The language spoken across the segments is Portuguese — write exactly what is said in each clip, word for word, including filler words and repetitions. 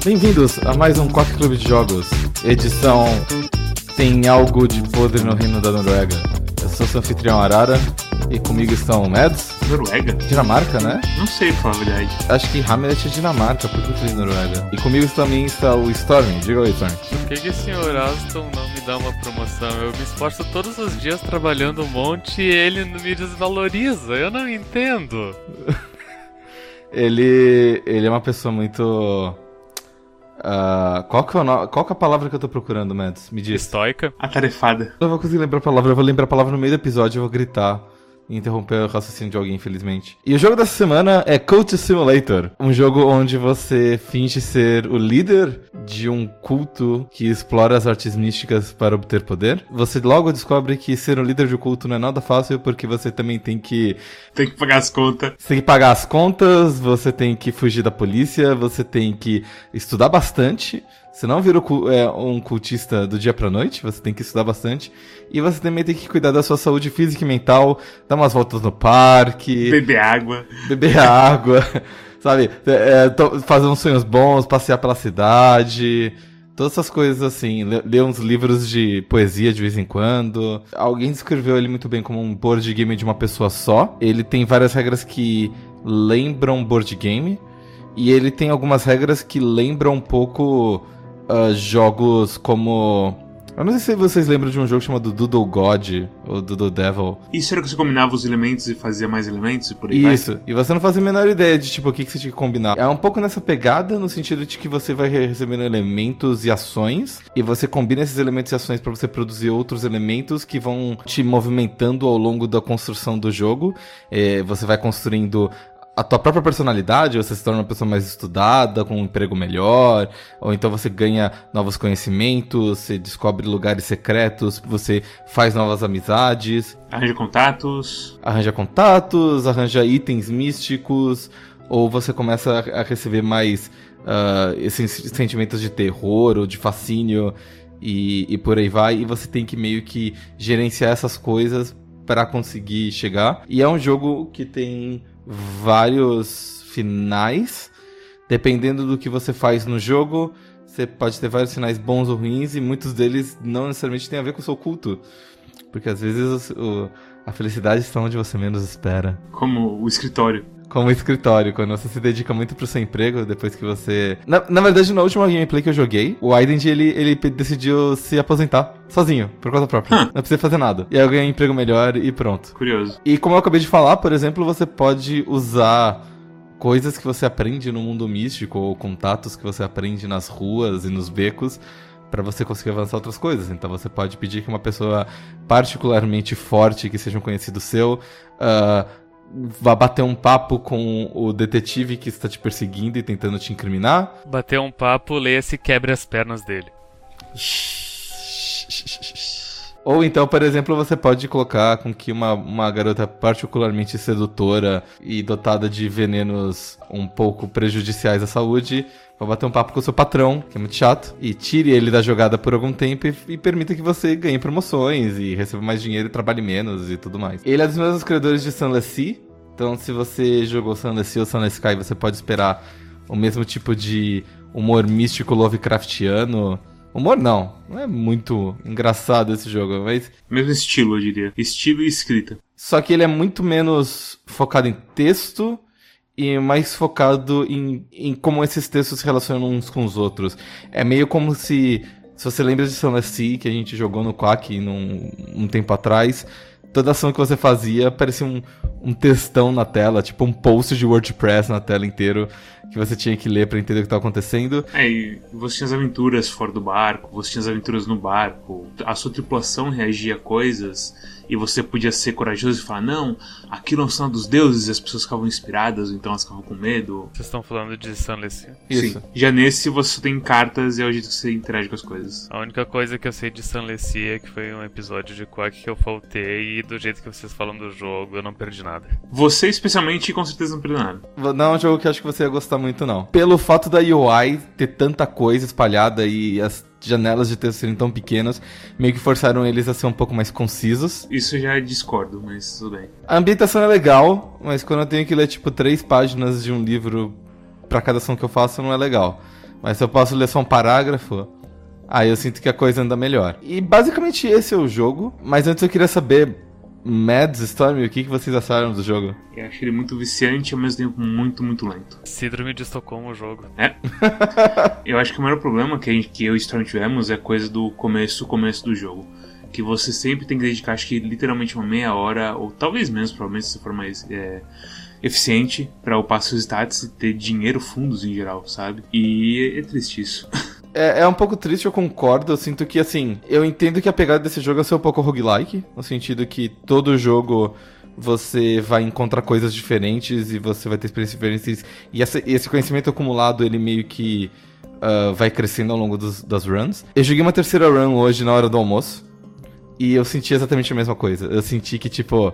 Bem-vindos a mais um Quack Clube de Jogos, edição Tem Algo de Podre no Reino da Noruega. Eu sou seu anfitrião Arara e comigo estão o Mads. Noruega? Dinamarca, né? Não sei, pra falar a verdade. Acho que Hamlet é Dinamarca, por que eu falei Noruega? E comigo também está o Storm. Diga oi, Storm. Por que que o senhor Aston não me dá uma promoção? Eu me esforço todos os dias trabalhando um monte e ele me desvaloriza. Eu não entendo. Ele, ele é uma pessoa muito... Uh, qual, que é o no... qual que é a palavra que eu tô procurando, Mads? Me diz. Estoica. Atarefada. Eu não vou conseguir lembrar a palavra, eu vou lembrar a palavra no meio do episódio, eu vou gritar e interromper o raciocínio de alguém, infelizmente. E o jogo dessa semana é Cult Simulator, um jogo onde você finge ser o líder de um culto que explora as artes místicas para obter poder. Você logo descobre que ser um líder de um culto não é nada fácil, porque você também tem que... Tem que pagar as contas. Você tem que pagar as contas, você tem que fugir da polícia, você tem que estudar bastante. Você não vira um cultista do dia pra noite, você tem que estudar bastante. E você também tem que cuidar da sua saúde física e mental, dar umas voltas no parque. Beber água. Beber água, sabe? É, to, fazer uns sonhos bons, passear pela cidade. Todas essas coisas assim. Ler uns livros de poesia de vez em quando. Alguém descreveu ele muito bem como um board game de uma pessoa só. Ele tem várias regras que lembram board game. E ele tem algumas regras que lembram um pouco... Uh, jogos como... Eu não sei se vocês lembram de um jogo chamado Doodle God ou Doodle Devil. Isso era que você combinava os elementos e fazia mais elementos e por aí vai? Isso, e você não fazia a menor ideia de tipo o que, que você tinha que combinar. É um pouco nessa pegada, no sentido de que você vai recebendo elementos e ações, e você combina esses elementos e ações para você produzir outros elementos que vão te movimentando ao longo da construção do jogo. É, você vai construindo... a tua própria personalidade, você se torna uma pessoa mais estudada, com um emprego melhor, ou então você ganha novos conhecimentos, você descobre lugares secretos, você faz novas amizades. Arranja contatos. Arranja contatos, arranja itens místicos, ou você começa a receber mais uh, esses sentimentos de terror ou de fascínio, e, e por aí vai, e você tem que meio que gerenciar essas coisas para conseguir chegar. E é um jogo que tem... vários finais. Dependendo do que você faz no jogo, você pode ter vários finais bons ou ruins, e muitos deles não necessariamente têm a ver com o seu culto, porque às vezes o, a felicidade está onde você menos espera. Como o escritório. Como o escritório, quando você se dedica muito pro seu emprego, depois que você... Na, na verdade, na última gameplay que eu joguei, o Aiden, ele, ele decidiu se aposentar sozinho, por conta própria. Huh. Não precisa fazer nada. E aí eu ganhei um emprego melhor e pronto. Curioso. E como eu acabei de falar, por exemplo, você pode usar coisas que você aprende no mundo místico, ou contatos que você aprende nas ruas e nos becos, pra você conseguir avançar outras coisas. Então você pode pedir que uma pessoa particularmente forte, que seja um conhecido seu... Uh, vá bater um papo com o detetive que está te perseguindo e tentando te incriminar. Bater um papo, leia-se quebre as pernas dele. Ou então, por exemplo, você pode colocar com que uma, uma garota particularmente sedutora e dotada de venenos um pouco prejudiciais à saúde vá bater um papo com o seu patrão, que é muito chato, e tire ele da jogada por algum tempo e, e permita que você ganhe promoções e receba mais dinheiro e trabalhe menos e tudo mais. Ele é dos mesmos criadores de Sunless Sea, então se você jogou Sunless Sea ou Sunless Sky, você pode esperar o mesmo tipo de humor místico Lovecraftiano. Humor não, não é muito engraçado esse jogo, mas... Mesmo estilo, eu diria. Estilo e escrita. Só que ele é muito menos focado em texto e mais focado em, em como esses textos se relacionam uns com os outros. É meio como se... Se você lembra de Sunless Sea, que a gente jogou no Quack num, um tempo atrás... Toda ação que você fazia parecia um, um textão na tela, tipo um post de WordPress na tela inteiro, que você tinha que ler pra entender o que estava acontecendo. É, e você tinha as aventuras fora do barco, você tinha as aventuras no barco, a sua tripulação reagia a coisas, e você podia ser corajoso e falar, não, aquilo é um sinal dos deuses, e as pessoas ficavam inspiradas, ou então elas ficavam com medo. Vocês estão falando de Sunless Sea? Isso. Sim. Já nesse você tem cartas e é o jeito que você interage com as coisas. A única coisa que eu sei de Sunless Sea é que foi um episódio de Quack que eu faltei, e do jeito que vocês falam do jogo, eu não perdi nada. Você especialmente com certeza não perdeu nada. Não é um jogo que eu acho que você ia gostar muito, não. Pelo fato da U I ter tanta coisa espalhada e as janelas de texto serem tão pequenas, meio que forçaram eles a ser um pouco mais concisos. Isso eu já discordo, mas tudo bem. A ambientação é legal, mas quando eu tenho que ler, tipo, três páginas de um livro pra cada ação que eu faço, não é legal. Mas se eu posso ler só um parágrafo, aí eu sinto que a coisa anda melhor. E basicamente esse é o jogo. Mas antes eu queria saber, Mads, Storm, o que, que vocês acharam do jogo? Eu acho ele muito viciante e ao mesmo tempo muito, muito lento. Síndrome de Estocolmo o jogo. É. Eu acho que o maior problema que, a gente, que eu e Storm tivemos é a coisa do começo, começo do jogo. Que você sempre tem que dedicar, acho que literalmente uma meia hora, ou talvez menos, provavelmente, se for mais é, eficiente, pra upar seus stats e ter dinheiro, fundos em geral, sabe? E é, é triste isso. É, é um pouco triste, eu concordo. Eu sinto que, assim, eu entendo que a pegada desse jogo é ser um pouco roguelike, no sentido que todo jogo você vai encontrar coisas diferentes e você vai ter experiências diferentes. E essa, esse conhecimento acumulado, ele meio que uh, vai crescendo ao longo dos, das runs. Eu joguei uma terceira run hoje na hora do almoço. E eu senti exatamente a mesma coisa. Eu senti que, tipo,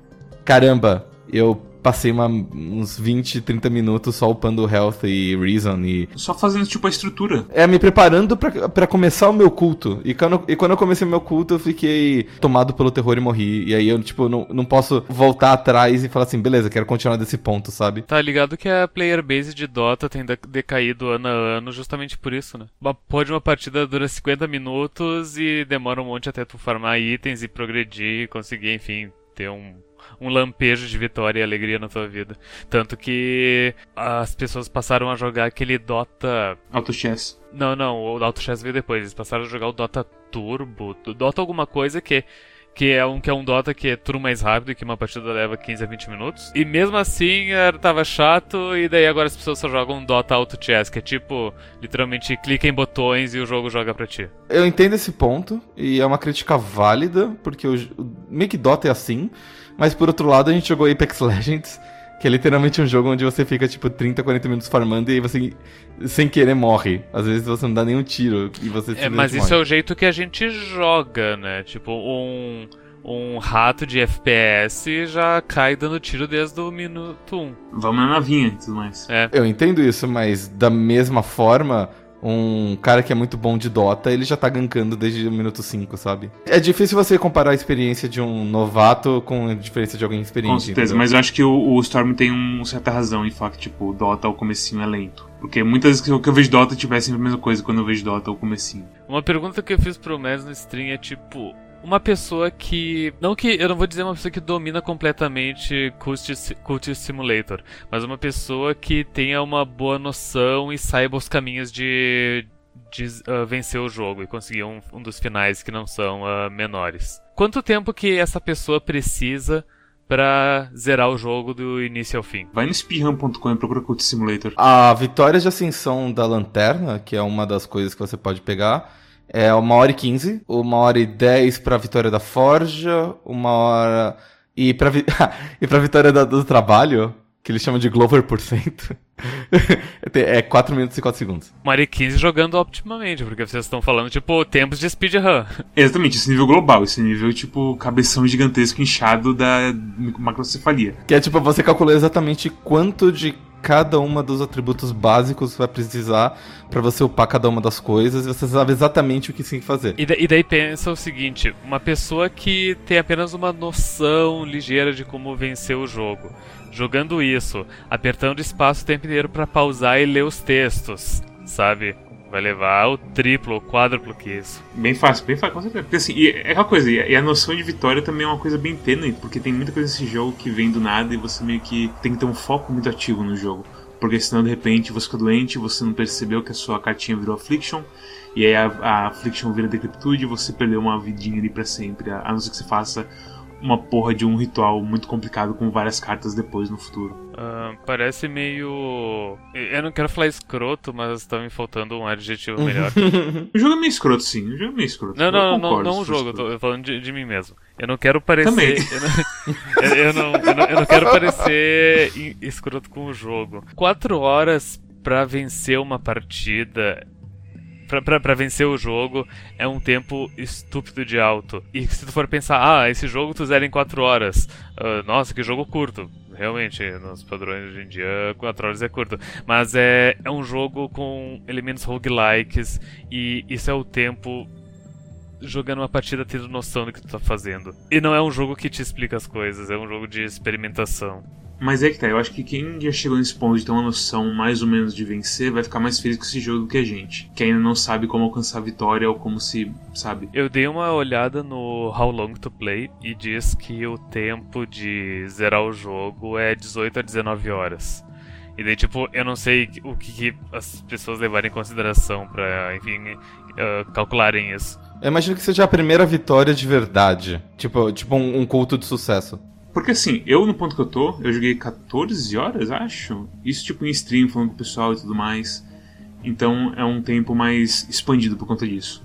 caramba, eu passei uma, uns vinte, trinta minutos só upando Health e Reason e... Só fazendo, tipo, a estrutura. É, me preparando pra, pra começar o meu culto. E quando, e quando eu comecei o meu culto, eu fiquei tomado pelo terror e morri. E aí eu, tipo, não, não posso voltar atrás e falar assim, beleza, quero continuar desse ponto, sabe? Tá ligado que a player base de Dota tem decaído ano a ano justamente por isso, né? Uma, pode uma partida dura cinquenta minutos e demora um monte até tu farmar itens e progredir e conseguir, enfim, ter um... um lampejo de vitória e alegria na tua vida. Tanto que as pessoas passaram a jogar aquele Dota... Auto Chess. Não, não, o Auto Chess veio depois. Eles passaram a jogar o Dota Turbo. Dota alguma coisa que... Que é, um, que é um Dota que é tudo mais rápido e que uma partida leva quinze a vinte minutos. E mesmo assim, era, tava chato. E daí agora as pessoas só jogam Dota Auto Chess, que é tipo, literalmente, clica em botões e o jogo joga pra ti. Eu entendo esse ponto. E é uma crítica válida. Porque o, o meio que Dota é assim. Mas por outro lado, a gente jogou Apex Legends, que é literalmente um jogo onde você fica tipo trinta, quarenta minutos farmando e aí você, sem querer, morre. Às vezes você não dá nenhum tiro e você É, mas isso morre. É o jeito que a gente joga, né? Tipo, um, um rato de F P S já cai dando tiro desde o minuto um. Vamos na navinha e tudo mais. É. Eu entendo isso, mas da mesma forma... Um cara que é muito bom de Dota, ele já tá gankando desde o minuto cinco, sabe? É difícil você comparar a experiência de um novato com a diferença de alguém experiente. Com certeza, entendeu? Mas eu acho que o, o Storm tem uma certa razão em falar que, tipo, Dota, o comecinho é lento. Porque muitas vezes que eu, que eu vejo Dota, tiver sempre a mesma coisa quando eu vejo Dota, o comecinho. Uma pergunta que eu fiz pro Mads no stream é, tipo... Uma pessoa que... Não que... Eu não vou dizer uma pessoa que domina completamente Cult, Cult Simulator. Mas uma pessoa que tenha uma boa noção e saiba os caminhos de... De uh, vencer o jogo e conseguir um, um dos finais que não são uh, menores. Quanto tempo que essa pessoa precisa pra zerar o jogo do início ao fim? Vai no speedrun ponto com e procura Cult Simulator. A vitória de ascensão da lanterna, que é uma das coisas que você pode pegar... É uma hora e quinze, uma hora e dez pra vitória da Forja, uma hora... E pra, vi... e pra vitória da, do trabalho, que eles chamam de Glover por cento, é quatro minutos e quatro segundos. Uma hora e quinze jogando optimamente, porque vocês estão falando, tipo, tempos de speedrun. Exatamente, esse nível global, esse nível, tipo, cabeção gigantesco inchado da macrocefalia. Que é, tipo, você calcula exatamente quanto de... cada uma dos atributos básicos que vai precisar pra você upar cada uma das coisas e você sabe exatamente o que tem que fazer. E, da, e daí pensa o seguinte, uma pessoa que tem apenas uma noção ligeira de como vencer o jogo, jogando isso, apertando espaço o tempo inteiro pra pausar e ler os textos, sabe? Vai levar o triplo ou quádruplo que isso. Bem fácil, bem fácil, com certeza. Porque assim, e é aquela coisa, e a noção de vitória também é uma coisa bem tênue, porque tem muita coisa nesse jogo que vem do nada e você meio que tem que ter um foco muito ativo no jogo. Porque senão de repente você fica doente, você não percebeu que a sua cartinha virou Affliction, e aí a, a Affliction vira Decrepitude e você perdeu uma vidinha ali pra sempre, a não ser que você faça uma porra de um ritual muito complicado com várias cartas depois no futuro. Uh, parece meio... Eu não quero falar escroto, mas tá me faltando um adjetivo melhor. O jogo é meio escroto, sim. O jogo é meio escroto. Não, não, não, não o jogo. Eu tô falando de, de mim mesmo. Eu não quero parecer... Também. Eu não, eu, eu, não, eu, não, eu não quero parecer escroto com o jogo. Quatro horas pra vencer uma partida... Pra, pra, pra vencer o jogo é um tempo estúpido de alto. E se tu for pensar, ah, esse jogo tu zera em quatro horas. Uh, nossa, que jogo curto. Realmente, nos padrões de hoje em dia, quatro horas é curto. Mas é, é um jogo com elementos roguelikes e isso é o tempo jogando uma partida tendo noção do que tu tá fazendo. E não é um jogo que te explica as coisas, é um jogo de experimentação. Mas é que tá, eu acho que quem já chegou nesse ponto de ter uma noção mais ou menos de vencer vai ficar mais feliz com esse jogo do que a gente, que ainda não sabe como alcançar a vitória ou como se, sabe? Eu dei uma olhada no How Long to Play e diz que o tempo de zerar o jogo é dezoito a dezenove horas. E daí, tipo, eu não sei o que, que as pessoas levarem em consideração pra, enfim, uh, calcularem isso. Eu imagino que seja a primeira vitória de verdade, tipo, tipo um, um culto de sucesso. Porque assim, eu no ponto que eu tô, eu joguei catorze horas, acho. Isso tipo em stream, falando com o pessoal e tudo mais. Então é um tempo mais expandido por conta disso.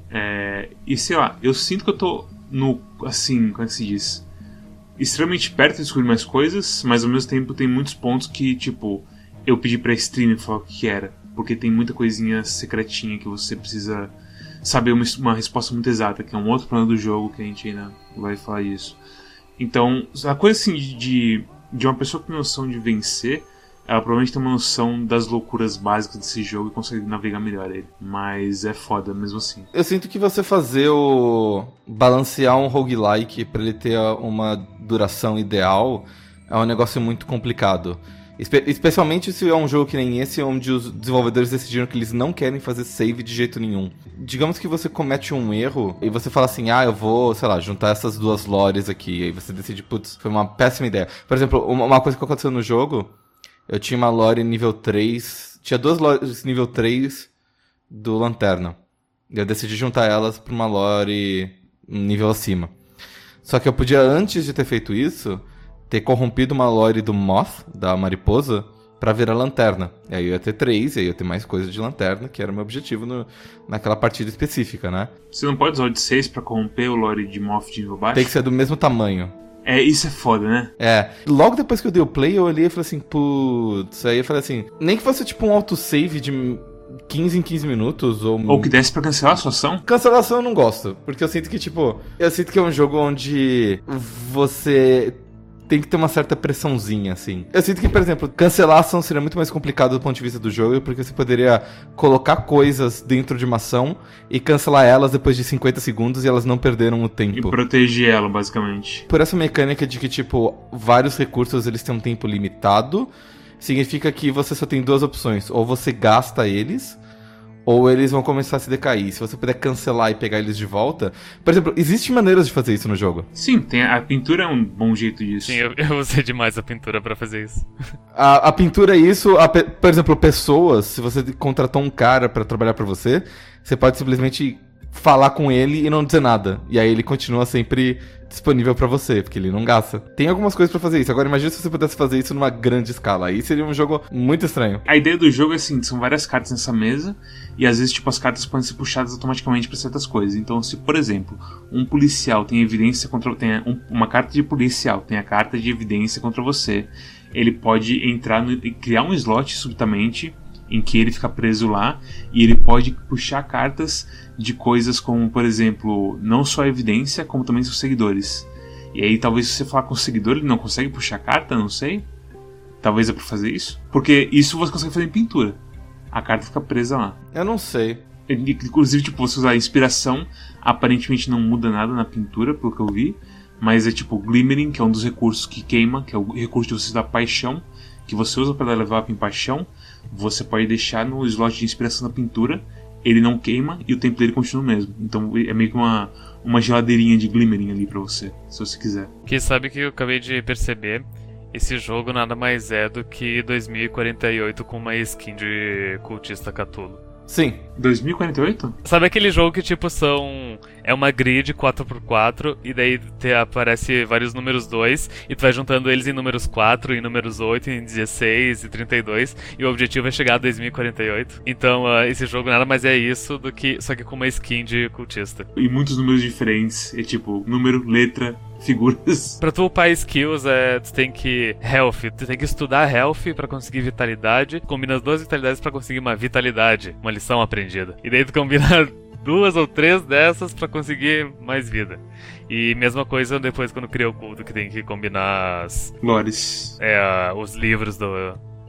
É, e sei lá, eu sinto que eu tô no, assim, como é que se diz? Extremamente perto de descobrir mais coisas, mas ao mesmo tempo tem muitos pontos que, tipo, eu pedi pra stream falar o que era. Porque tem muita coisinha secretinha que você precisa saber uma, uma resposta muito exata, que é um outro plano do jogo que a gente ainda vai falar isso. Então, a coisa assim de, de uma pessoa com noção de vencer, ela provavelmente tem uma noção das loucuras básicas desse jogo e consegue navegar melhor ele. Mas é foda mesmo assim. Eu sinto que você fazer o... balancear um roguelike pra ele ter uma duração ideal é um negócio muito complicado. Espe- especialmente se é um jogo que nem esse, onde os desenvolvedores decidiram que eles não querem fazer save de jeito nenhum. Digamos que você comete um erro e você fala assim, ah, eu vou, sei lá, juntar essas duas lores aqui. E aí você decide, putz, foi uma péssima ideia. Por exemplo, uma, uma coisa que aconteceu no jogo, eu tinha uma lore nível três, tinha duas lores nível três do Lanterna. E eu decidi juntar elas pra uma lore nível acima. Só que eu podia, antes de ter feito isso, ter corrompido uma lore do Moth, da mariposa, pra virar lanterna. E aí eu ia ter três, e aí eu ia ter mais coisa de lanterna, que era o meu objetivo no, naquela partida específica, né? Você não pode usar o de seis pra corromper o lore de Moth de nível baixo? Tem que ser do mesmo tamanho. É, isso é foda, né? É. Logo depois que eu dei o play, eu olhei e falei assim, putz, aí eu falei assim, nem que fosse tipo um autosave de quinze em quinze minutos, ou... Ou que desse pra cancelar a sua ação? Cancelação eu não gosto, porque eu sinto que, tipo, eu sinto que é um jogo onde você... tem que ter uma certa pressãozinha, assim. Eu sinto que, por exemplo, cancelar a ação seria muito mais complicado do ponto de vista do jogo, porque você poderia colocar coisas dentro de uma ação e cancelar elas depois de cinquenta segundos e elas não perderam o tempo. E proteger ela, basicamente. Por essa mecânica de que, tipo, vários recursos eles têm um tempo limitado, significa que você só tem duas opções. Ou você gasta eles, ou eles vão começar a se decair. Se você puder cancelar e pegar eles de volta... Por exemplo, existem maneiras de fazer isso no jogo. Sim, tem, a pintura é um bom jeito disso. Sim, eu, eu usei demais a pintura pra fazer isso. A, a pintura é isso. A, por exemplo, pessoas, se você contratou um cara pra trabalhar pra você, você pode simplesmente falar com ele e não dizer nada. E aí ele continua sempre disponível pra você, porque ele não gasta. Tem algumas coisas pra fazer isso. Agora imagina se você pudesse fazer isso numa grande escala. Aí seria um jogo muito estranho. A ideia do jogo é assim, são várias cartas nessa mesa, e às vezes tipo as cartas podem ser puxadas automaticamente pra certas coisas. Então se, por exemplo, um policial tem evidência contra... tem um, uma carta de policial, tem a carta de evidência contra você, ele pode entrar no, e criar um slot subitamente em que ele fica preso lá, e ele pode puxar cartas de coisas como, por exemplo, não só a evidência, como também seus seguidores. E aí talvez se você falar com o seguidor, ele não consegue puxar carta, não sei. Talvez é pra fazer isso. Porque isso você consegue fazer em pintura. A carta fica presa lá. Eu não sei. Inclusive, tipo, você usar a inspiração, aparentemente não muda nada na pintura, pelo que eu vi. Mas é tipo Glimmering, que é um dos recursos que queima, que é o recurso de você dar paixão, que você usa para levar up em paixão. Você pode deixar no slot de inspiração da pintura, ele não queima e o tempo dele continua o mesmo. Então é meio que uma, uma geladeirinha de Glimmering ali pra você, se você quiser. Que sabe que eu acabei de perceber, esse jogo nada mais é do que dois mil e quarenta e oito com uma skin de cultista Cthulhu. Sim. dois mil e quarenta e oito? Sabe aquele jogo que tipo são... é uma grid quatro por quatro e daí te aparece vários números dois e tu vai juntando eles em números quatro, em números oito, em dezesseis e trinta e dois e o objetivo é chegar a dois mil e quarenta e oito. Então uh, esse jogo nada mais é isso do que... só que com uma skin de cultista. E muitos números diferentes, é tipo número, letra, figuras. Pra tu upar skills, é, tu tem que... Health, tu tem que estudar Health pra conseguir vitalidade, combina as duas vitalidades pra conseguir uma vitalidade, uma lição aprendida. E daí tu combina duas ou três dessas pra conseguir mais vida. E mesma coisa depois quando cria o culto, que tem que combinar as... Lores. É, os livros do...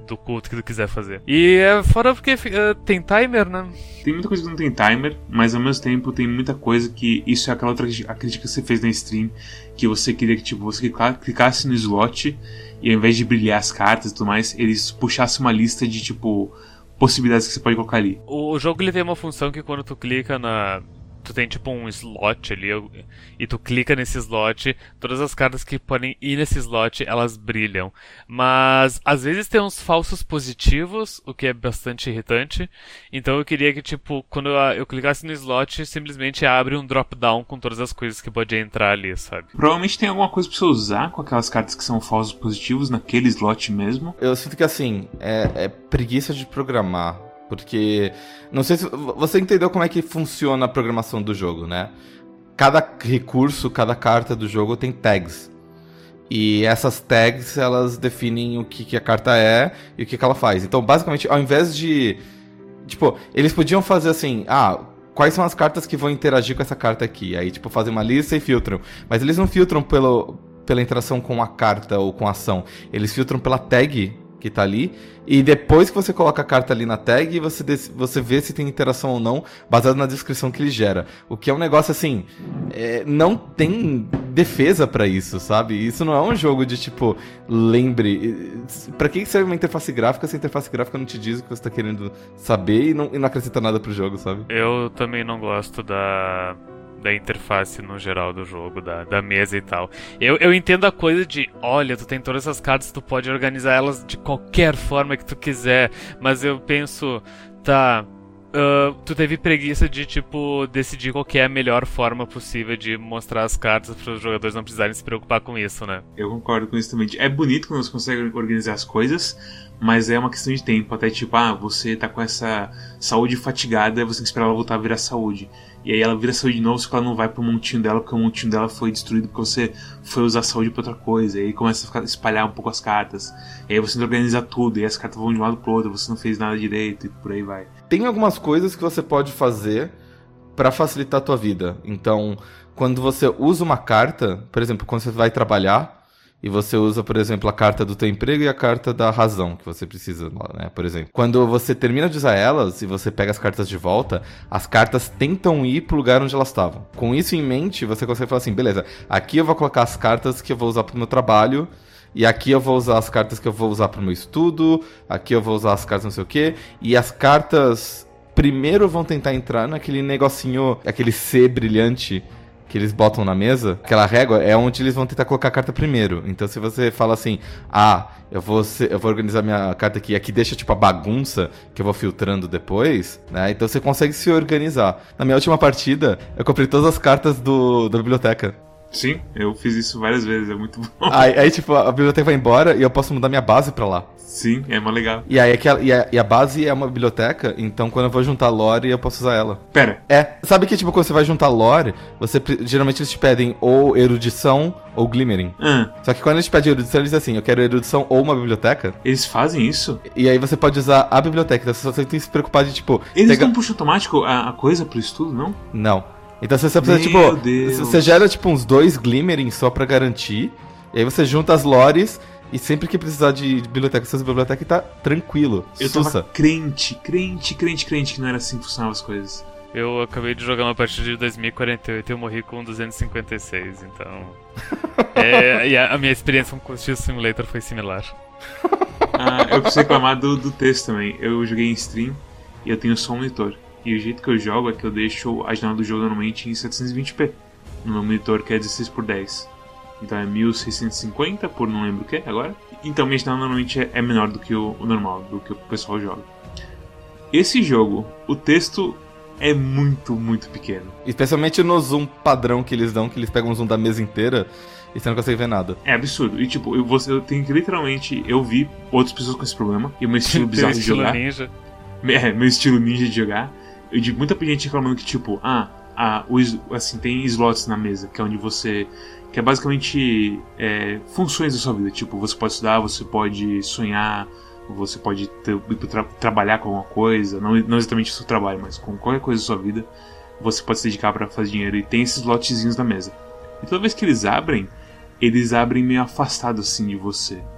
do culto que tu quiser fazer. E é fora porque uh, tem timer, né? Tem muita coisa que não tem timer, mas ao mesmo tempo tem muita coisa que... Isso é aquela outra a crítica que você fez na stream, que você queria que tipo, você clicasse no slot e ao invés de brilhar as cartas e tudo mais, eles puxassem uma lista de tipo possibilidades que você pode colocar ali. O jogo ele tem uma função que quando tu clica na... Tu tem tipo um slot ali e tu clica nesse slot, todas as cartas que podem ir nesse slot, elas brilham. Mas às vezes tem uns falsos positivos, o que é bastante irritante. Então eu queria que tipo, quando eu clicasse no slot, simplesmente abre um drop-down com todas as coisas que podiam entrar ali, sabe? Provavelmente tem alguma coisa pra você usar com aquelas cartas que são falsos positivos naquele slot mesmo. Eu sinto que assim, é, é preguiça de programar. Porque, não sei se você entendeu como é que funciona a programação do jogo, né? Cada recurso, cada carta do jogo tem tags. E essas tags, elas definem o que, que a carta é e o que, que ela faz. Então, basicamente, ao invés de... Tipo, eles podiam fazer assim... Ah, quais são as cartas que vão interagir com essa carta aqui? Aí, tipo, fazem uma lista e filtram. Mas eles não filtram pelo, pela interação com a carta ou com a ação. Eles filtram pela tag que tá ali, e depois que você coloca a carta ali na tag, você, você vê se tem interação ou não, baseado na descrição que ele gera. O que é um negócio assim, é, não tem defesa pra isso, sabe? Isso não é um jogo de tipo, lembre, pra que serve uma interface gráfica se a interface gráfica não te diz o que você tá querendo saber e não, e não acrescenta nada pro jogo, sabe? Eu também não gosto da... da interface no geral do jogo, da, da mesa e tal. Eu, eu entendo a coisa de, olha, tu tem todas essas cartas, tu pode organizar elas de qualquer forma que tu quiser, mas eu penso, tá, uh, tu teve preguiça de, tipo, decidir qual que é a melhor forma possível de mostrar as cartas para os jogadores não precisarem se preocupar com isso, né? Eu concordo com isso também. É bonito quando você consegue organizar as coisas, mas é uma questão de tempo. Até tipo, ah, você tá com essa saúde fatigada, você tem que esperar ela voltar a virar saúde. E aí ela vira saúde de novo, só que ela não vai pro montinho dela, porque o montinho dela foi destruído porque você foi usar saúde pra outra coisa. E aí começa a ficar, espalhar um pouco as cartas. E aí você tem que organizar tudo, e as cartas vão de um lado pro outro, você não fez nada direito, e por aí vai. Tem algumas coisas que você pode fazer pra facilitar a tua vida. Então, quando você usa uma carta, por exemplo, quando você vai trabalhar, e você usa, por exemplo, a carta do teu emprego e a carta da razão que você precisa, né, por exemplo. Quando você termina de usar elas e você pega as cartas de volta, as cartas tentam ir pro lugar onde elas estavam. Com isso em mente, você consegue falar assim, beleza, aqui eu vou colocar as cartas que eu vou usar pro meu trabalho, e aqui eu vou usar as cartas que eu vou usar pro meu estudo, aqui eu vou usar as cartas não sei o quê, e as cartas primeiro vão tentar entrar naquele negocinho, aquele C brilhante que eles botam na mesa, aquela régua é onde eles vão tentar colocar a carta primeiro. Então se você fala assim, ah, eu vou, ser, eu vou organizar minha carta aqui, aqui deixa tipo a bagunça que eu vou filtrando depois, né? Então você consegue se organizar. Na minha última partida, eu comprei todas as cartas do, da biblioteca. Sim, eu fiz isso várias vezes, é muito bom. Aí, aí tipo, a biblioteca vai embora e eu posso mudar minha base pra lá. Sim, é mó legal. E aí aquela, e, a, e a base é uma biblioteca, então quando eu vou juntar lore, eu posso usar ela. Pera. É, sabe que tipo, quando você vai juntar lore, você geralmente eles te pedem ou erudição ou glimmering. Ah. Só que quando eles te pedem erudição, eles dizem assim, eu quero erudição ou uma biblioteca. Eles fazem isso? E aí você pode usar a biblioteca, então você só tem que se preocupar de tipo... Eles pega... não puxam automático a, a coisa pro estudo, não? Não. Então você precisa, Meu tipo, Deus. você gera tipo uns dois glimmering só pra garantir, e aí você junta as lores, e sempre que precisar de, de biblioteca, você usa a biblioteca e tá tranquilo, Eu sussa. tava crente, crente, crente, crente que não era assim que funcionavam as coisas. Eu acabei de jogar uma partida de dois mil e quarenta e oito e eu morri com duzentos e cinquenta e seis, então... é, e a, a minha experiência com o Steel Simulator foi similar. Ah, eu preciso reclamar do, do texto também. Eu joguei em stream e eu tenho só um monitor. E o jeito que eu jogo é que eu deixo a janela do jogo normalmente em setecentos e vinte p. No meu monitor que é dezesseis por dez. Então é mil seiscentos e cinquenta por não lembro o que agora. Então minha janela normalmente é, é menor do que o, o normal, do que o pessoal joga. Esse jogo, o texto é muito, muito pequeno. Especialmente no zoom padrão que eles dão, que eles pegam um zoom da mesa inteira e você não consegue ver nada. É absurdo. E tipo, eu, você, eu tenho que literalmente... Eu vi outras pessoas com esse problema. E o meu estilo bizarro de jogar... Ninja. É, meu estilo ninja de jogar. Eu vi muita gente reclamando que tipo... Ah, ah o, assim, tem slots na mesa, que é onde você... Que é basicamente é, funções da sua vida. Tipo, você pode estudar, você pode sonhar... Você pode ter, tra- trabalhar com alguma coisa, não, não exatamente o seu trabalho, mas com qualquer coisa da sua vida, você pode se dedicar para fazer dinheiro. E tem esses lotezinhos na mesa. E toda vez que eles abrem, eles abrem meio afastado assim de você.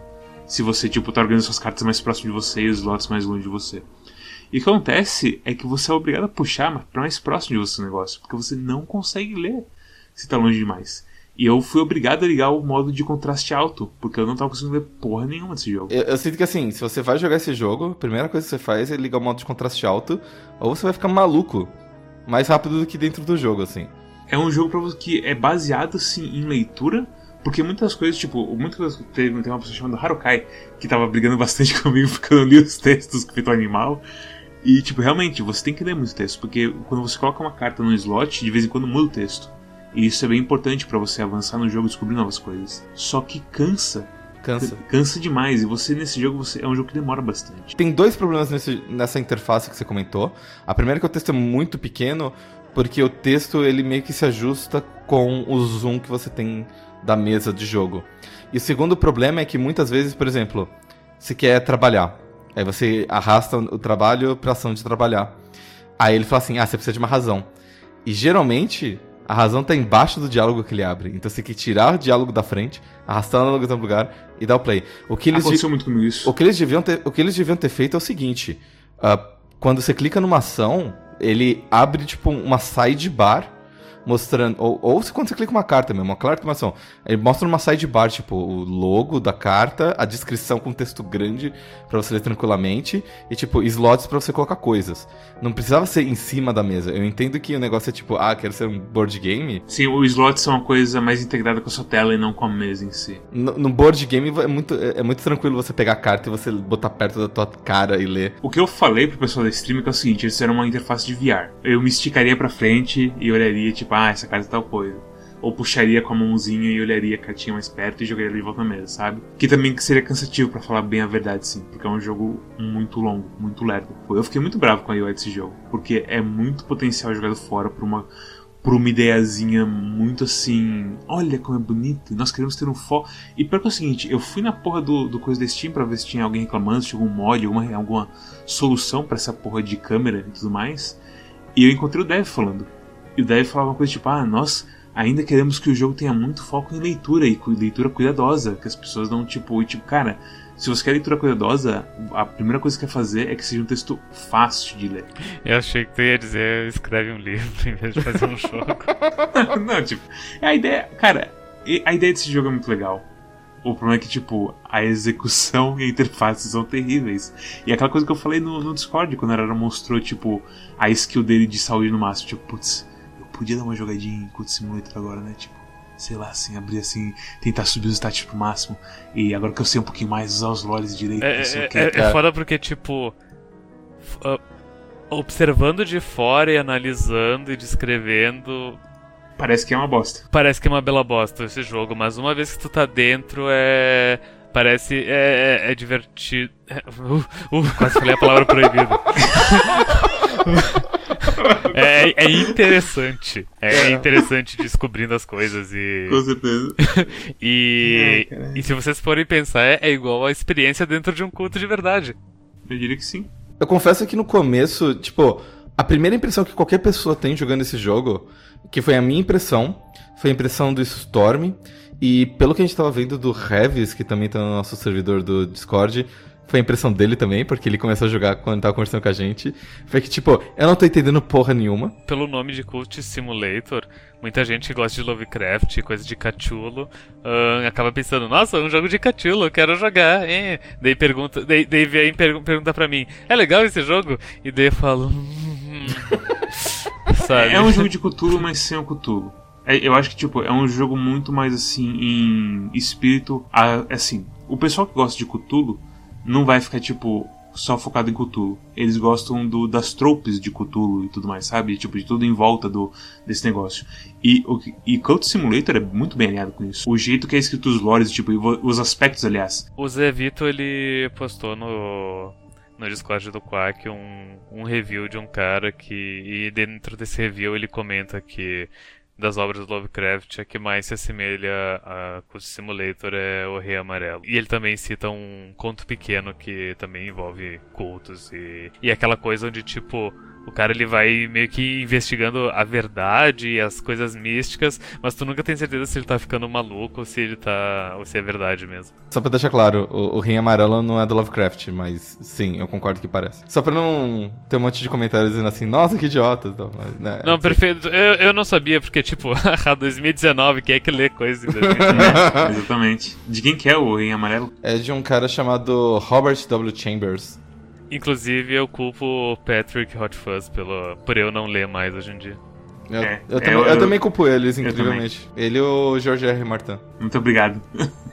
se você, tipo, tá organizando suas cartas mais próximo de você e os slots mais longe de você. E o que acontece é que você é obrigado a puxar pra mais próximo de você o negócio, porque você não consegue ler se tá longe demais. E eu fui obrigado a ligar o modo de contraste alto, porque eu não tava conseguindo ler porra nenhuma desse jogo. Eu, eu sinto que assim, se você vai jogar esse jogo, a primeira coisa que você faz é ligar o modo de contraste alto, ou você vai ficar maluco mais rápido do que dentro do jogo, assim. É um jogo pra você que é baseado, sim, em leitura, porque muitas coisas, tipo, muitas coisas, teve, tem uma pessoa chamada Harukai, que tava brigando bastante comigo porque eu não li os textos que feito animal. E, tipo, realmente, você tem que ler muito texto, porque quando você coloca uma carta num slot, de vez em quando muda o texto. E isso é bem importante pra você avançar no jogo e descobrir novas coisas. Só que cansa. Cansa. Cansa demais. E você, nesse jogo, você, é um jogo que demora bastante. Tem dois problemas nesse, nessa interface que você comentou. A primeira é que o texto é muito pequeno, porque o texto, ele meio que se ajusta com o zoom que você tem da mesa de jogo. E o segundo problema é que, muitas vezes, por exemplo, você quer trabalhar. Aí você arrasta o trabalho pra ação de trabalhar. Aí ele fala assim, ah, você precisa de uma razão. E geralmente, a razão tá embaixo do diálogo que ele abre. Então você tem que tirar o diálogo da frente, arrastar no outro lugar e dar o play. O que eles Aconteceu de... muito comigo isso. O que eles deviam ter, o que eles deviam ter feito é o seguinte. Uh, quando você clica numa ação, ele abre tipo uma sidebar mostrando, ou, ou quando você clica uma carta mesmo, uma clara informação, ele mostra uma sidebar, tipo, o logo da carta, a descrição com texto grande pra você ler tranquilamente, e tipo, slots pra você colocar coisas. Não precisava ser em cima da mesa. Eu entendo que o negócio é tipo, ah, quero ser um board game. Sim, os slots são uma coisa mais integrada com a sua tela e não com a mesa em si. No, no board game é muito, é muito tranquilo você pegar a carta e você botar perto da tua cara e ler. O que eu falei pro pessoal da stream é, que é o seguinte, eles fizeram uma interface de V R. Eu me esticaria pra frente e olharia, tipo, ah, essa carta é tal coisa. Ou puxaria com a mãozinha e olharia a cartinha mais perto e jogaria ela de volta na mesa, sabe? Que também seria cansativo, pra falar bem a verdade, sim. Porque é um jogo muito longo, muito lerdo. Eu fiquei muito bravo com a U I desse jogo. Porque é muito potencial jogado fora por uma, por uma ideiazinha muito assim... Olha como é bonito, nós queremos ter um foco. E pior que é o seguinte, eu fui na porra do, do coisa da Steam pra ver se tinha alguém reclamando, se tinha algum mod, alguma, alguma solução pra essa porra de câmera e tudo mais. E eu encontrei o Dev falando. E o Dev falava uma coisa tipo, ah, nós ainda queremos que o jogo tenha muito foco em leitura, e leitura cuidadosa, que as pessoas não, tipo, e tipo, cara, se você quer leitura cuidadosa, a primeira coisa que quer fazer é que seja um texto fácil de ler. Eu achei que tu ia dizer, escreve um livro em vez de fazer um jogo. Não, tipo, a ideia, cara, a ideia desse jogo é muito legal. O problema é que, tipo, a execução e a interface são terríveis. E aquela coisa que eu falei no, no Discord, quando a Arara mostrou, tipo, a skill dele de saúde no máximo. Tipo, putz, eu podia dar uma jogadinha em Code Simulator agora, né? Tipo, sei lá, assim, abrir assim, tentar subir os stats pro máximo. E agora que eu sei um pouquinho mais, usar os lolis direito. É, sei é, o que, é, cara. é foda porque, tipo, uh, observando de fora e analisando e descrevendo... Parece que é uma bosta. Parece que é uma bela bosta esse jogo, mas uma vez que tu tá dentro, é... Parece... É, é, é divertido... É, uh, uh, quase falei a palavra proibida. é, é interessante. É, é interessante descobrindo as coisas e... Com certeza. e, é, e se vocês forem pensar, é, é igual a experiência dentro de um culto de verdade. Eu diria que sim. Eu confesso que no começo, tipo, a primeira impressão que qualquer pessoa tem jogando esse jogo, que foi a minha impressão, foi a impressão do Storm, e pelo que a gente tava vendo do Revis, que também tá no nosso servidor do Discord, foi a impressão dele também, porque ele começou a jogar quando tava conversando com a gente, foi que, tipo, eu não tô entendendo porra nenhuma. Pelo nome de Cult Simulator, muita gente que gosta de Lovecraft, coisa de Cthulhu, uh, acaba pensando, nossa, é um jogo de Cthulhu, eu quero jogar, hein? Daí pergunta, daí, daí vem pergu- pergunta pra mim, é legal esse jogo? E daí eu falo... Sabe? É um jogo de Cthulhu, mas sem o Cthulhu. É, eu acho que, tipo, é um jogo muito mais, assim, em espírito... A, assim, o pessoal que gosta de Cthulhu não vai ficar, tipo, só focado em Cthulhu. Eles gostam do, das tropes de Cthulhu e tudo mais, sabe? Tipo, de tudo em volta do, desse negócio. E, o, e Cult Simulator é muito bem alinhado com isso. O jeito que é escrito os lores, tipo, os aspectos, aliás. O Zé Vito, ele postou no... no Discord do Quack um, um review de um cara que... E dentro desse review ele comenta que das obras do Lovecraft, a que mais se assemelha a Cult Simulator é O Rei Amarelo. E ele também cita um conto pequeno que também envolve cultos e, e aquela coisa onde, tipo, O cara, ele vai meio que investigando a verdade e as coisas místicas, mas tu nunca tem certeza se ele tá ficando maluco ou se ele tá... ou se é verdade mesmo. Só pra deixar claro, o, o Rim Amarelo não é do Lovecraft, mas sim, eu concordo que parece. Só pra não ter um monte de comentários dizendo assim, nossa, que idiota. Então, mas, né, não, assim. Perfeito. Eu, eu não sabia, porque, tipo, a dois mil e dezenove, quem é que lê coisa em dois mil e dezenove? É, exatamente. De quem que é o Rim Amarelo? É de um cara chamado Robert W. Chambers. Inclusive, eu culpo o Patrick Hot Fuzz pelo, por eu não ler mais hoje em dia. Eu, É, eu, é, também, eu- eu também culpo eles, eu incrivelmente. Ele e o George R. Martin. Muito obrigado.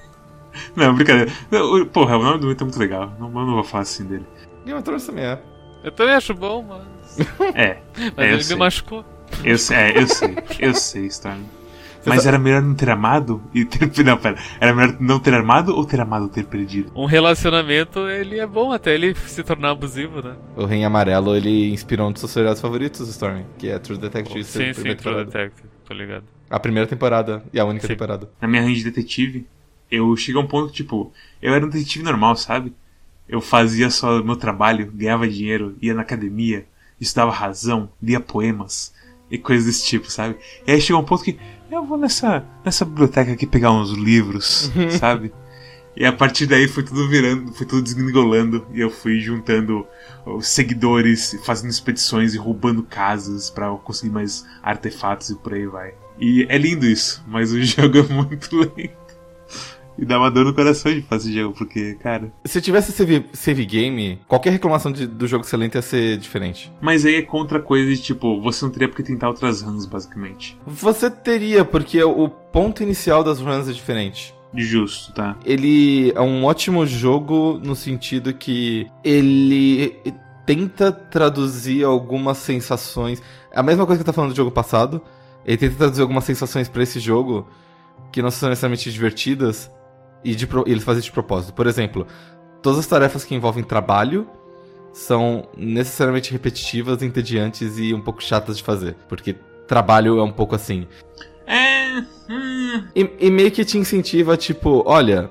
Não, brincadeira. Não, o- Porra, o nome do Mito é muito legal. Não, eu não vou falar assim dele. Game of Thrones também é. Eu também acho bom, mas... É, Mas É, eu ele sei. me machucou. eu, sei- é, eu sei. Eu sei, Storm. Você Mas tá- era melhor não ter amado e ter... Não, pera. Era melhor não ter armado ou ter amado ou ter perdido? Um relacionamento, ele é bom até ele se tornar abusivo, né? O Rim Amarelo, ele inspirou um dos seus seriados favoritos, Storm, que é True Detective. Sim, a sim, primeira True temporada. Detective, tô ligado. A primeira temporada e a única Sim. temporada. Na minha range de detetive, eu cheguei a um ponto que, tipo, eu era um detetive normal, sabe? Eu fazia só o meu trabalho, ganhava dinheiro, ia na academia, estudava razão, lia poemas e coisas desse tipo, sabe? E aí chegou um ponto que eu vou nessa, nessa biblioteca aqui pegar uns livros, sabe? E a partir daí foi tudo virando, foi tudo desgringolando e eu fui juntando os seguidores, fazendo expedições e roubando casas pra eu conseguir mais artefatos e por aí vai. E é lindo isso, mas o jogo é muito lento. E dá uma dor no coração de fazer esse jogo, porque, cara... Se tivesse save, save game, qualquer reclamação de- do jogo excelente ia ser diferente. Mas aí é contra coisa de, tipo, você não teria porque tentar outras runs, basicamente. Você teria, porque o ponto inicial das runs é diferente. Justo, tá? Ele é um ótimo jogo no sentido que ele tenta traduzir algumas sensações. É a mesma coisa que eu tava falando do jogo passado. Ele tenta traduzir algumas sensações pra esse jogo que não são necessariamente divertidas e de pro... eles fazem de propósito. Por exemplo, todas as tarefas que envolvem trabalho são necessariamente repetitivas, entediantes e um pouco chatas de fazer. Porque trabalho é um pouco assim. É... Hum, E, e meio que te incentiva, tipo, olha,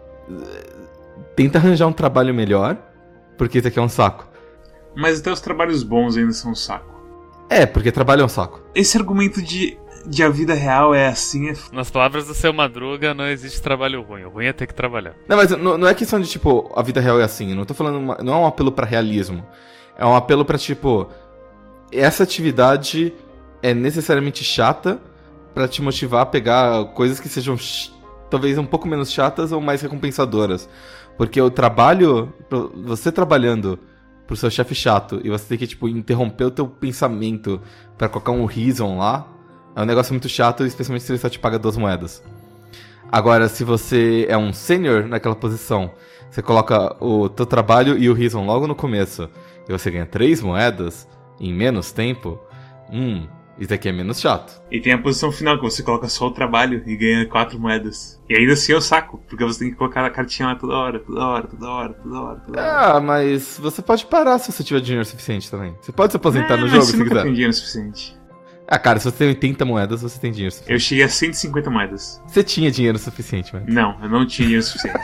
tenta arranjar um trabalho melhor, porque isso aqui é um saco. mas até os trabalhos bons ainda são um saco. É, porque trabalho é um saco. Esse argumento de, de a vida real é assim, é... f- Nas palavras do Seu Madruga, não existe trabalho ruim. O ruim é ter que trabalhar. Não, mas não, não é questão de, tipo, a vida real é assim. Eu não tô falando, uma- não é um apelo pra realismo. É um apelo pra, tipo, essa atividade é necessariamente chata pra te motivar a pegar coisas que sejam ch- talvez um pouco menos chatas ou mais recompensadoras. Porque o trabalho, você trabalhando pro seu chefe chato e você ter que, tipo, interromper o teu pensamento pra colocar um reason lá, é um negócio muito chato, especialmente se ele só te paga duas moedas. Agora, se você é um sênior naquela posição, você coloca o teu trabalho e o reason logo no começo, e você ganha três moedas em menos tempo, hum, isso aqui é menos chato. E tem a posição final, que você coloca só o trabalho e ganha quatro moedas. E ainda assim é o saco, porque você tem que colocar a cartinha lá toda hora, toda hora, toda hora, toda hora, toda hora. Ah, mas você pode parar se você tiver dinheiro suficiente também. Você pode se aposentar Ah, no jogo você se nunca quiser. tem dinheiro suficiente. Ah, cara, se você tem oitenta moedas, você tem dinheiro suficiente. Eu cheguei a cento e cinquenta moedas. Você tinha dinheiro suficiente, mano. Não, eu não tinha dinheiro suficiente.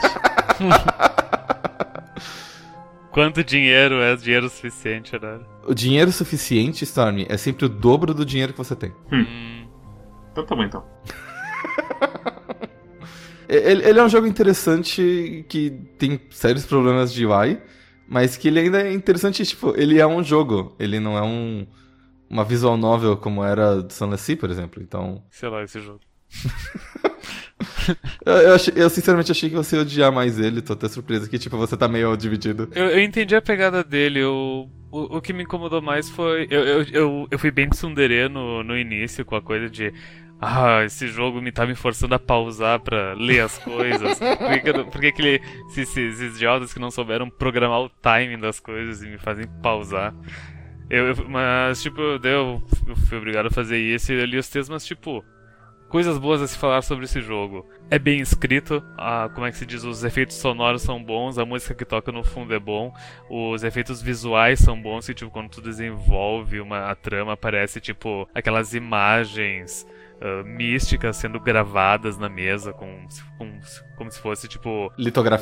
Quanto dinheiro é dinheiro suficiente, né? O dinheiro suficiente, Storm, é sempre o dobro do dinheiro que você tem. Hum, Então tá bom, então. Ele, ele é um jogo interessante que tem sérios problemas de U I, mas que ele ainda é interessante, tipo, ele é um jogo, ele não é um uma visual novel como era do Sunless Sea, por exemplo, então... sei lá, esse jogo. Eu, eu, achei- eu sinceramente achei que você ia odiar mais ele, tô até surpreso que, tipo, você tá meio dividido. Eu, eu entendi a pegada dele, eu, o, o que me incomodou mais foi... Eu, eu, eu, eu fui bem tsundere no, no início com a coisa de... Ah, esse jogo me tá me forçando a pausar pra ler as coisas. Por que, que, eu não- por que que ele, esses, esses idiotas que não souberam programar o timing das coisas e me fazem pausar? Eu, eu- mas, tipo, eu, eu, eu fui obrigado a fazer isso e eu li os textos, mas, tipo... Coisas boas a se falar sobre esse jogo. É bem escrito, a, como é que se diz, os efeitos sonoros são bons, a música que toca no fundo é bom, os efeitos visuais são bons, que tipo, quando tu desenvolve uma a trama, aparece tipo aquelas imagens uh, místicas sendo gravadas na mesa, com, com, como se fosse tipo... Litografia?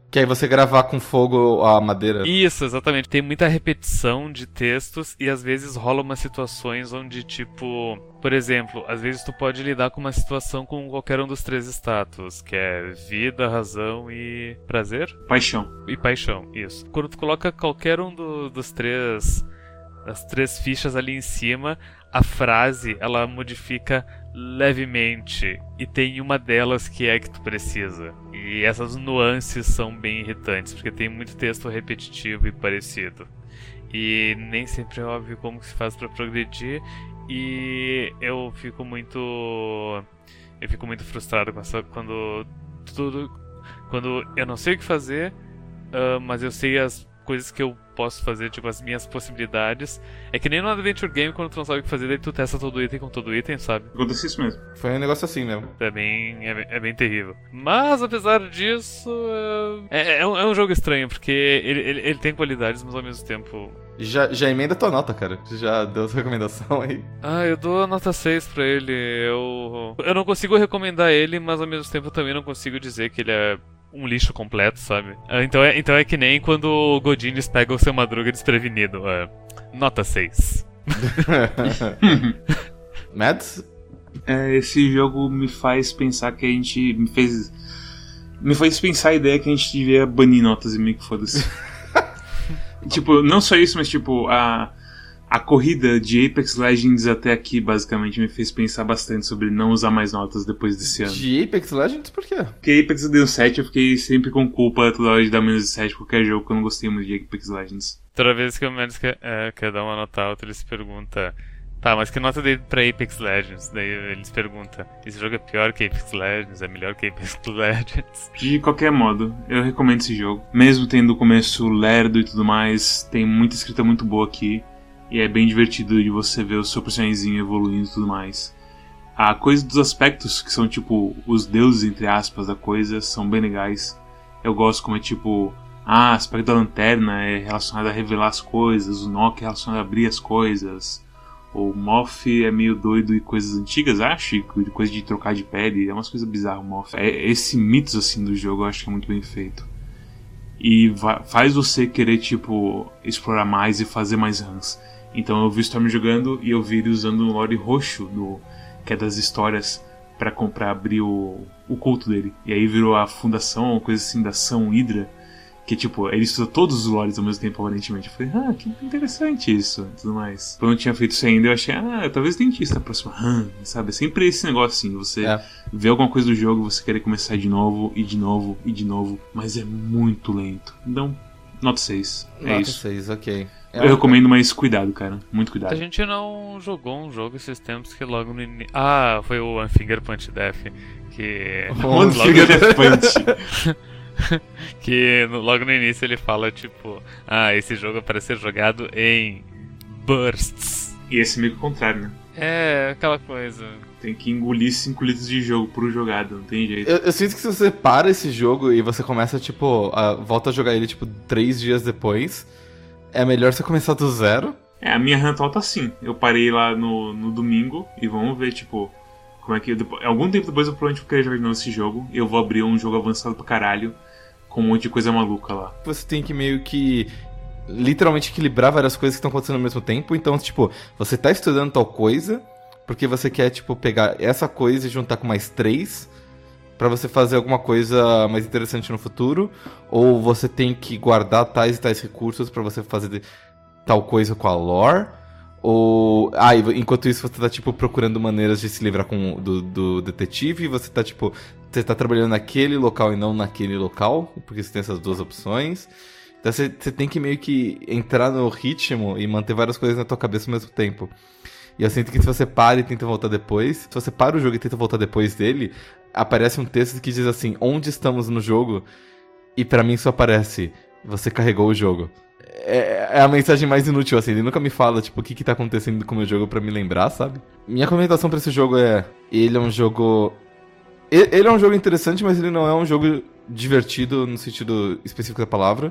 Que aí você gravar com fogo a madeira. Isso, exatamente. Tem muita repetição de textos e às vezes rola umas situações onde, tipo... Por exemplo, às vezes tu pode lidar com uma situação com qualquer um dos três status, que é vida, razão e prazer? Paixão. E paixão, isso. Quando tu coloca qualquer um do, dos três... as três fichas ali em cima, a frase, ela modifica levemente. E tem uma delas que é que tu precisa. E essas nuances são bem irritantes, porque tem muito texto repetitivo e parecido. E nem sempre é óbvio como que se faz pra progredir. E eu fico muito... Eu fico muito frustrado com essa... Quando tudo... Quando eu não sei o que fazer, uh, mas eu sei as coisas que eu posso fazer, tipo, as minhas possibilidades. É que nem no Adventure Game, quando tu não sabe o que fazer, daí tu testa todo item com todo item, sabe? Acontece isso mesmo. Foi um negócio assim mesmo. É bem, é, bem- é bem terrível. Mas, apesar disso, é, é, um, é um jogo estranho, porque ele, ele, ele tem qualidades, mas ao mesmo tempo... Já, já emenda tua nota, cara. Já deu sua recomendação aí. Ah, eu dou a nota seis pra ele. Eu, eu não consigo recomendar ele, mas ao mesmo tempo eu também não consigo dizer que ele é um lixo completo, sabe? Ah, Então é, então é que nem quando o Godines pega o seu Madruga desprevenido. É, nota seis. Mads? É, esse jogo me faz pensar que a gente... Me fez... Me fez pensar a ideia que a gente devia banir notas e meio que foda-se. Tipo, não só isso, mas tipo, a... A corrida de Apex Legends até aqui, basicamente, me fez pensar bastante sobre não usar mais notas depois desse ano. De Apex Legends, por quê? Porque Apex eu dei um sete, eu fiquei sempre com culpa toda hora de dar menos de sete pra qualquer jogo, que eu não gostei muito de Apex Legends. Toda vez que o Mendes quer, é, quer dar uma nota alta, ele se pergunta: tá, mas que nota dele pra Apex Legends? Daí ele se pergunta: esse jogo é pior que Apex Legends? É melhor que Apex Legends? De qualquer modo, eu recomendo esse jogo. Mesmo tendo o começo lerdo e tudo mais, tem muita escrita muito boa aqui. E é bem divertido de você ver o seu personagemzinho evoluindo e tudo mais. A coisa dos aspectos, que são tipo os deuses, entre aspas, da coisa, são bem legais. Eu gosto como é tipo... Ah, o aspecto da lanterna é relacionado a revelar as coisas, o Nock é relacionado a abrir as coisas. O Moth é meio doido e coisas antigas, acho, de coisa de trocar de pele, é umas coisas bizarras o Moth. É, esse mitos assim do jogo eu acho que é muito bem feito. E va- faz você querer, tipo, explorar mais e fazer mais runs. Então eu vi o Storm jogando e eu vi ele usando o lore roxo, do, que é das histórias, pra comprar, abrir o, o culto dele. E aí virou a fundação, uma coisa assim, da São Hydra, que tipo, ele estuda todos os lores ao mesmo tempo, aparentemente. Eu falei, ah, que interessante isso, e tudo mais. Quando eu não tinha feito isso ainda, eu achei, ah, talvez tente isso na próxima run, sabe? É sempre esse negócio assim, você É. vê alguma coisa do jogo, você querer começar de novo, e de novo, e de novo, mas é muito lento. Então, nota seis, é Nota isso. seis, ok. É Eu um- recomendo, mas cuidado, cara. Muito cuidado. A gente não jogou um jogo esses tempos que logo no início... Ah, foi o One Finger Punch Death. Que... One One logo... Finger Death Punch. que no- logo no início ele fala, tipo... Ah, esse jogo é para ser jogado em... bursts. E esse meio que o contrário, né? É, aquela coisa... Tem que engolir cinco litros de jogo por jogada, não tem jeito. Eu, eu sinto que se você para esse jogo e você começa, tipo, a, volta a jogar ele, tipo, três dias depois, é melhor você começar do zero. É, a minha run atual tá assim. Eu parei lá no, no domingo e vamos ver, tipo, como é que... Depois, algum tempo depois eu provavelmente vou querer jogar de novo esse jogo. E eu vou abrir um jogo avançado pra caralho, com um monte de coisa maluca lá. Você tem que meio que literalmente equilibrar várias coisas que estão acontecendo ao mesmo tempo. Então, tipo, você tá estudando tal coisa, porque você quer, tipo, pegar essa coisa e juntar com mais três pra você fazer alguma coisa mais interessante no futuro. Ou você tem que guardar tais e tais recursos pra você fazer de- tal coisa com a lore. Ou... Ah, e enquanto isso você tá, tipo, procurando maneiras de se livrar com, do, do detetive. E você tá, tipo... Você tá trabalhando naquele local e não naquele local. Porque você tem essas duas opções. Então você, você tem que meio que entrar no ritmo e manter várias coisas na tua cabeça ao mesmo tempo. E eu sinto que se você para e tenta voltar depois... Se você para o jogo e tenta voltar depois dele... Aparece um texto que diz assim... Onde estamos no jogo? E pra mim só aparece... Você carregou o jogo. É, é a mensagem mais inútil, assim. Ele nunca me fala, tipo, o que que tá acontecendo com o meu jogo pra me lembrar, sabe? Minha comentação pra esse jogo é... Ele é um jogo... e- Ele é um jogo interessante, mas ele não é um jogo divertido no sentido específico da palavra.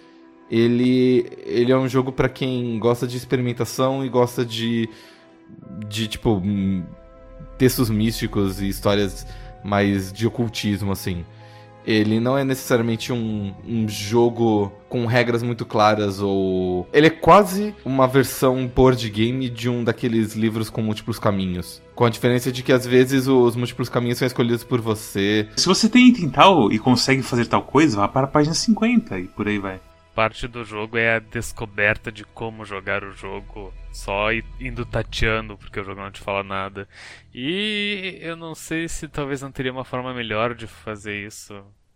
Ele, ele é um jogo pra quem gosta de experimentação e gosta de... De, tipo... hum, textos místicos e histórias mais de ocultismo, assim. Ele não é necessariamente um, um jogo com regras muito claras ou... Ele é quase uma versão board game de um daqueles livros com múltiplos caminhos. Com a diferença de que às vezes os múltiplos caminhos são escolhidos por você. Se você tem item tal e consegue fazer tal coisa, vá para a página cinquenta e por aí vai. Parte do jogo é a descoberta de como jogar o jogo só indo tateando, porque o jogo não te fala nada. E eu não sei se talvez não teria uma forma melhor de fazer isso.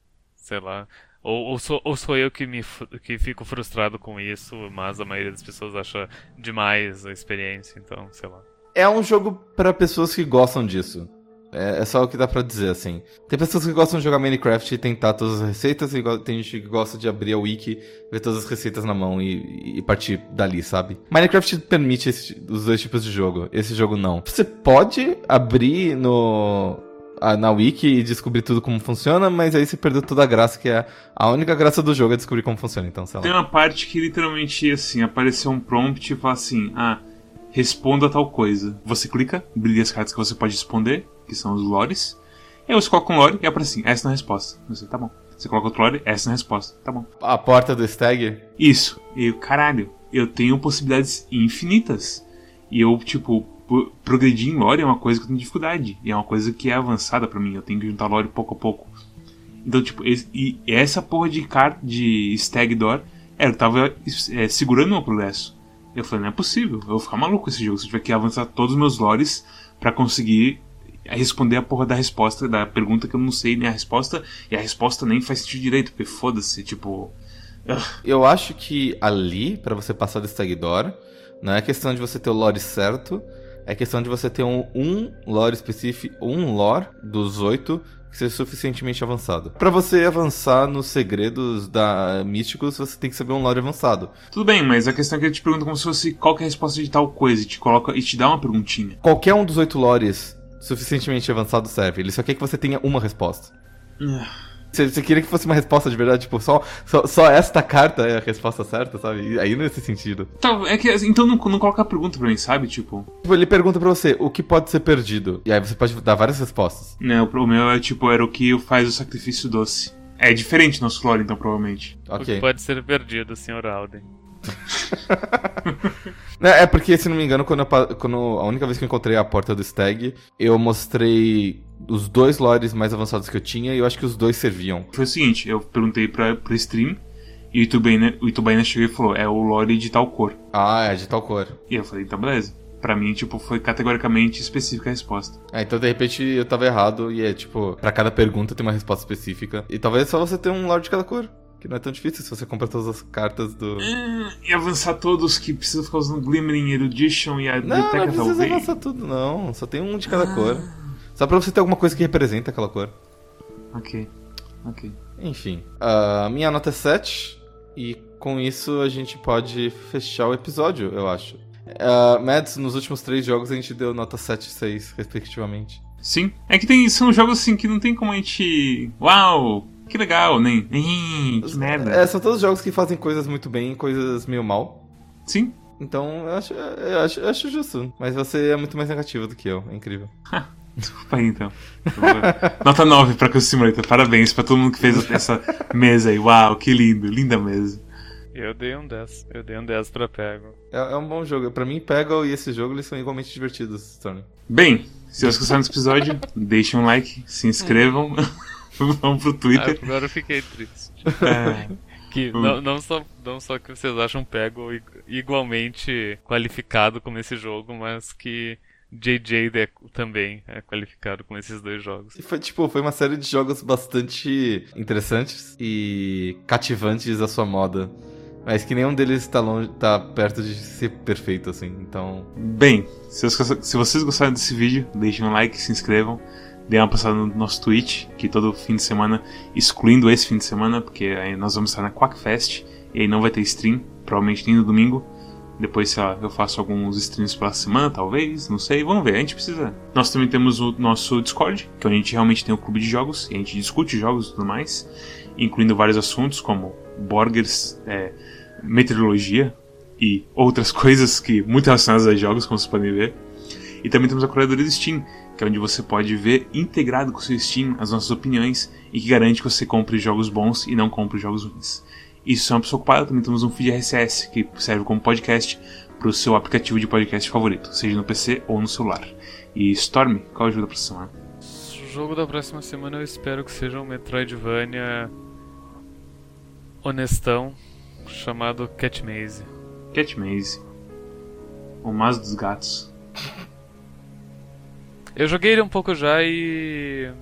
Sei lá. Ou, ou, sou, ou sou eu que, me, que fico frustrado com isso, mas a maioria das pessoas acha demais a experiência, então, sei lá. É um jogo para pessoas que gostam disso. É, é só o que dá pra dizer, assim. Tem pessoas que gostam de jogar Minecraft e tentar todas as receitas, e tem gente que gosta de abrir a wiki, ver todas as receitas na mão e, e partir dali, sabe? Minecraft permite esse, os dois tipos de jogo. Esse jogo não. Você pode abrir no... na wiki e descobrir tudo como funciona, mas aí você perdeu toda a graça, que é a única graça do jogo é descobrir como funciona, então, sei lá. Tem uma parte que literalmente, assim, apareceu um prompt e fala assim, ah, responda tal coisa. Você clica, brilha as cartas que você pode responder, que são os lores, e aí você coloca um lore e aparece assim, essa é a resposta. Você, tá bom. Você coloca outro lore, essa é a resposta. Tá bom. A porta do stag? Isso. E eu, caralho, eu tenho possibilidades infinitas. E eu, tipo... progredir em lore é uma coisa que eu tenho dificuldade. E é uma coisa que é avançada pra mim. Eu tenho que juntar lore pouco a pouco. Então, tipo, esse, e essa porra de car de Stag Door, é, eu tava é, segurando meu progresso. Eu falei, não é possível, eu vou ficar maluco com esse jogo. Se eu tiver que avançar todos os meus lores pra conseguir responder a porra da resposta, da pergunta que eu não sei nem a resposta, e a resposta nem faz sentido direito, porque foda-se, tipo... Eu acho que ali, pra você passar do Stag Door, não é questão de você ter o lore certo, é questão de você ter um, um lore específico, um lore dos oito que seja suficientemente avançado. Pra você avançar nos segredos da Místicos, você tem que saber um lore avançado. Tudo bem, mas a questão é que ele te pergunta como se fosse qual que é a resposta de tal coisa, e te coloca e te dá uma perguntinha. Qualquer um dos oito lores suficientemente avançado serve. Ele só quer que você tenha uma resposta. Você, você queria que fosse uma resposta de verdade, tipo, só, só, só esta carta é a resposta certa, sabe? E aí não nesse sentido. Tá, é que, então não, não coloca a pergunta pra mim, sabe? Tipo... Ele pergunta pra você, o que pode ser perdido? E aí você pode dar várias respostas. Não, o meu é tipo, era o que faz o sacrifício doce. É diferente do nosso lore, então, provavelmente. Okay. O que pode ser perdido, senhor Alden. É porque, se não me engano, quando, eu, quando a única vez que eu encontrei a porta do Stag, eu mostrei os dois lores mais avançados que eu tinha e eu acho que os dois serviam. Foi o seguinte, eu perguntei pra, pra stream e o Itubaina, o Itubaina chegou e falou, é o lore de tal cor. Ah, é de tal cor. E eu falei, então beleza. Pra mim, tipo, foi categoricamente específica a resposta. É, então de repente eu tava errado e é tipo, pra cada pergunta tem uma resposta específica. E talvez só você ter um lore de cada cor. Que não é tão difícil se você compra todas as cartas do... Hum, e avançar todos que precisam ficar usando Glimmering, Erudition e a não, biblioteca talvez. Não, não precisa avançar tudo, não. Só tem um de cada ah. cor. Só pra você ter alguma coisa que representa aquela cor. Ok, ok. Enfim, a uh, minha nota é sete. E com isso a gente pode fechar o episódio, eu acho. Uh, Mads, nos últimos três jogos a gente deu nota sete e seis, respectivamente. Sim, é que tem, são jogos assim que não tem como a gente... Uau! Que legal, nem. Ih, que merda. É, são todos jogos que fazem coisas muito bem e coisas meio mal. Sim. Então eu acho, eu acho, eu acho justo. Mas você é muito mais negativo do que eu, é incrível. Desculpa aí então. Nota nove pra Custom Simulator. Parabéns pra todo mundo que fez essa mesa aí. Uau, que lindo, linda mesa. Eu dei um dez. Eu dei um dez pra Peggle. É, é um bom jogo. Pra mim, Peggle e esse jogo eles são igualmente divertidos, Tony. Bem, se vocês gostaram desse episódio, deixem um like, se inscrevam. Vamos pro Twitter. Ah, agora eu fiquei triste. É. Que não, não, só, não só que vocês acham Peggle igualmente qualificado como esse jogo, mas que J J também é qualificado com esses dois jogos. E foi, tipo, foi uma série de jogos bastante interessantes e cativantes à sua moda. Mas que nenhum deles tá, longe, tá perto de ser perfeito, assim, então... Bem, se, se vocês gostaram desse vídeo, deixem um like, se inscrevam. Dê uma passada no nosso Twitch, que todo fim de semana, excluindo esse fim de semana, porque aí nós vamos estar na Quackfest, e aí não vai ter stream, provavelmente nem no domingo. Depois, sei lá, eu faço alguns streams pela semana, talvez, não sei, vamos ver, a gente precisa. Nós também temos o nosso Discord, que é onde a gente realmente tem um clube de jogos, e a gente discute jogos e tudo mais, incluindo vários assuntos como burgers, é, meteorologia e outras coisas que muito relacionadas a jogos, como vocês podem ver. E também temos a curadoria do Steam, que é onde você pode ver integrado com o seu Steam as nossas opiniões e que garante que você compre jogos bons e não compre jogos ruins. Isso se é uma pessoa ocupada, também temos um feed R S S que serve como podcast para o seu aplicativo de podcast favorito, seja no P C ou no celular. E Storm, qual é o jogo da próxima semana? O jogo da próxima semana eu espero que seja um Metroidvania honestão chamado Cat Maze. Cat Maze. O Mas dos Gatos. Eu joguei ele um pouco já e...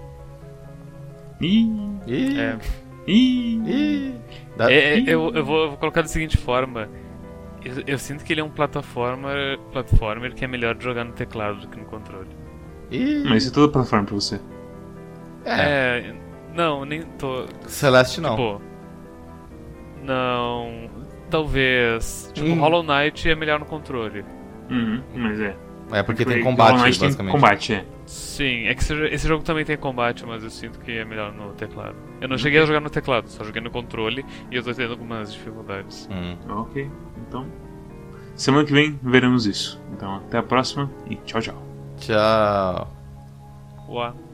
Ih, Ih, É, ih, ih, dá- é, Ih. eu, eu, vou, eu vou colocar da seguinte forma. Eu, eu sinto que ele é um plataforma, platformer que é melhor de jogar no teclado do que no controle. ih. Mas isso é toda plataforma pra você. É, É, não, nem tô... Celeste não. Tipo, não... Talvez... Tipo, Hum. Hollow Knight é melhor no controle. Uhum, mas é. É porque tem Hollow combate, Knight tem basicamente. combate, é. Sim, é que esse, esse jogo também tem combate, mas eu sinto que é melhor no teclado. Eu não cheguei a jogar no teclado, só joguei no controle e eu tô tendo algumas dificuldades. Hum. Ok, então. Semana que vem veremos isso. Então até a próxima e tchau, tchau. Tchau. Uau.